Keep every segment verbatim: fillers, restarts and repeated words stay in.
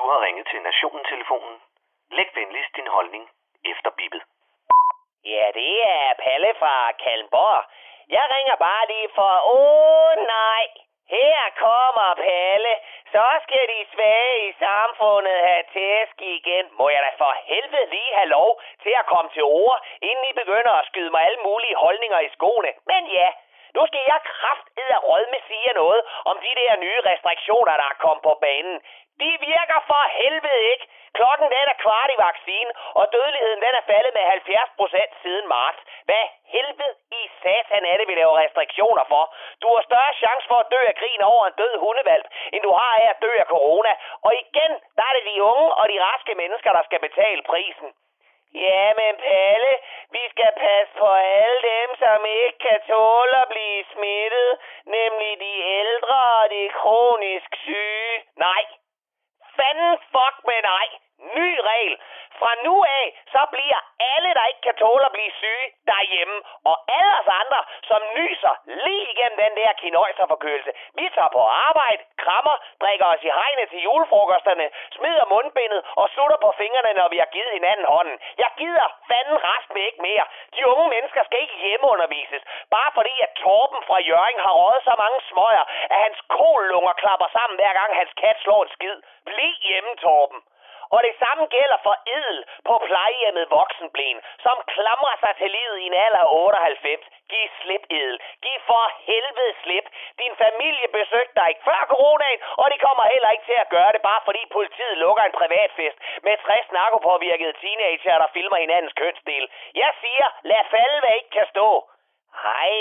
har ringet til Nationen-telefonen. Læg venligst din holdning efter bippet. Ja, det er Palle fra Kalmborg. Jeg ringer bare lige for... Åh, nej. Her kommer Palle. Så skal de svage i samfundet have tæsk igen. Må jeg da for helvede lige have lov til at komme til ord, inden I begynder at skyde mig alle mulige holdninger i skoene. Men ja, nu skal jeg kraftedderrødme sige noget om de der nye restriktioner, der er kommet på banen. De virker for helvede ikke. Klokken den er kvart i vaccinen, og dødeligheden den er faldet med halvfjerds procent siden marts. Hvad helvede i satan er det, vi laver restriktioner for? Du har større chance for at dø af grin over en død hundevalp, end du har af at dø af corona. Og igen, der er det de unge og de raske mennesker, der skal betale prisen. Ja, men Palle, vi skal passe på alle dem, som ikke kan tåle at blive smittet, nemlig de ældre og de kronisk syge. Nej. Fanden fuck med nej. Ny regel. Fra nu af, så bliver alle, der ikke kan tåle at blive syge, derhjemme. Og alle os andre, som nyser lige igennem den der kinøjserforkølelse. Vi tager på arbejde, krammer, drikker os i hegnet til julefrokosterne, smider mundbindet og slutter på fingrene, når vi har givet hinanden hånden. Jeg gider fanden resten ikke mere. De unge mennesker skal ikke hjemmeundervises. Bare fordi, at Torben fra Hjørring har røget så mange smøger, at hans kollunger klapper sammen, hver gang hans kat slår en skid. Bliv hjemme, Torben. Og det samme gælder for Edel på plejehjemmet Voksenblen, som klamrer sig til livet i en alder af otteoghalvfems. Giv slip, Edel. Giv for helvede slip. Din familie besøgte dig ikke før coronaen, og de kommer heller ikke til at gøre det, bare fordi politiet lukker en privatfest med tres narkopåvirkede teenager, der filmer hinandens kønsdel. Jeg siger, lad falde, hvad ikke kan stå. Hej,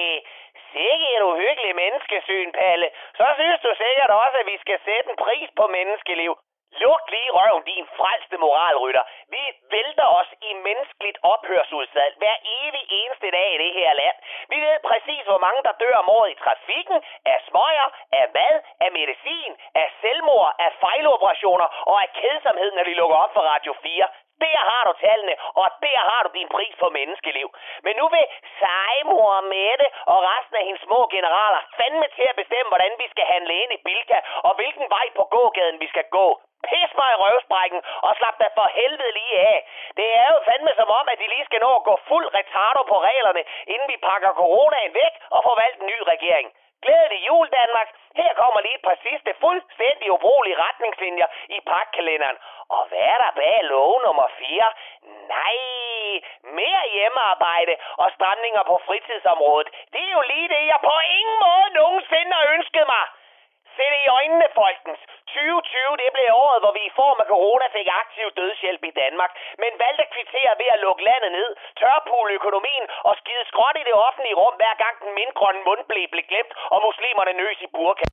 sikke et uhyggeligt menneskesyn, Palle. Så synes du sikkert også, at vi skal sætte en pris på menneskeliv. Luk lige røven, din frelste moralrytter. Vi vælter os i menneskeligt ophørsudsalg hver evig eneste dag i det her land. Vi ved præcis, hvor mange der dør om året i trafikken, af smøger, af mad, af medicin, af selvmord, af fejloperationer og af kedsomhed, når de lukker op for Radio fire. Der har du tallene, og der har du din pris på menneskeliv. Men nu vil sejmor Mette og resten af hendes små generaler fandme til at bestemme, hvordan vi skal handle ind i Bilka, og hvilken vej på gågaden vi skal gå. Pis mig i røvsprækken, og slap da for helvede lige af. Det er jo fandme som om, at de lige skal nå at gå fuld retardo på reglerne, inden vi pakker coronaen væk og får valgt en ny regering. Glædelig jul, Danmark. Her kommer lige et par sidste fuldstændig ubrugelige retningslinjer i pakkalenderen. Og hvad er der bag lov nummer fire? Nej, mere hjemmearbejde og stramninger på fritidsområdet. Det er jo lige det, jeg på ingen måde nogensinde har ønsket mig. Se det i øjnene, folkens. tyve tyve, det blev året, hvor vi i form af corona fik aktiv dødshjælp i Danmark, men valgte at kvittere ved at lukke landet ned, tørpule økonomien og skide skråt i det offentlige rum, hver gang den mindgrønne mundblæ blev glemt, og muslimerne nøs i burka.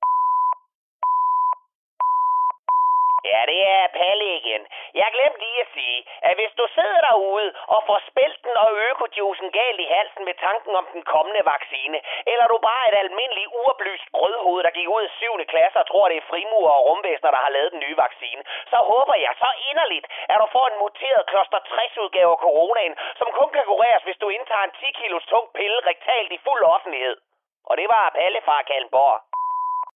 Ja, det er Palle igen. Jeg glemte lige at sige, at hvis du sidder derude og får spælten og økojuicen galt i halsen med tanken om den kommende vaccine, eller du bare er et almindeligt uoplyst grødhoved, der gik ud i syvende klasse og tror, det er frimurer og rumvæsener, der har lavet den nye vaccine, så håber jeg så inderligt, at du får en muteret kloster tres udgave af coronaen, som kun kan kureres, hvis du indtager en ti kilos tung pille rektalt i fuld offentlighed. Og det var Palle fra Kalmborg.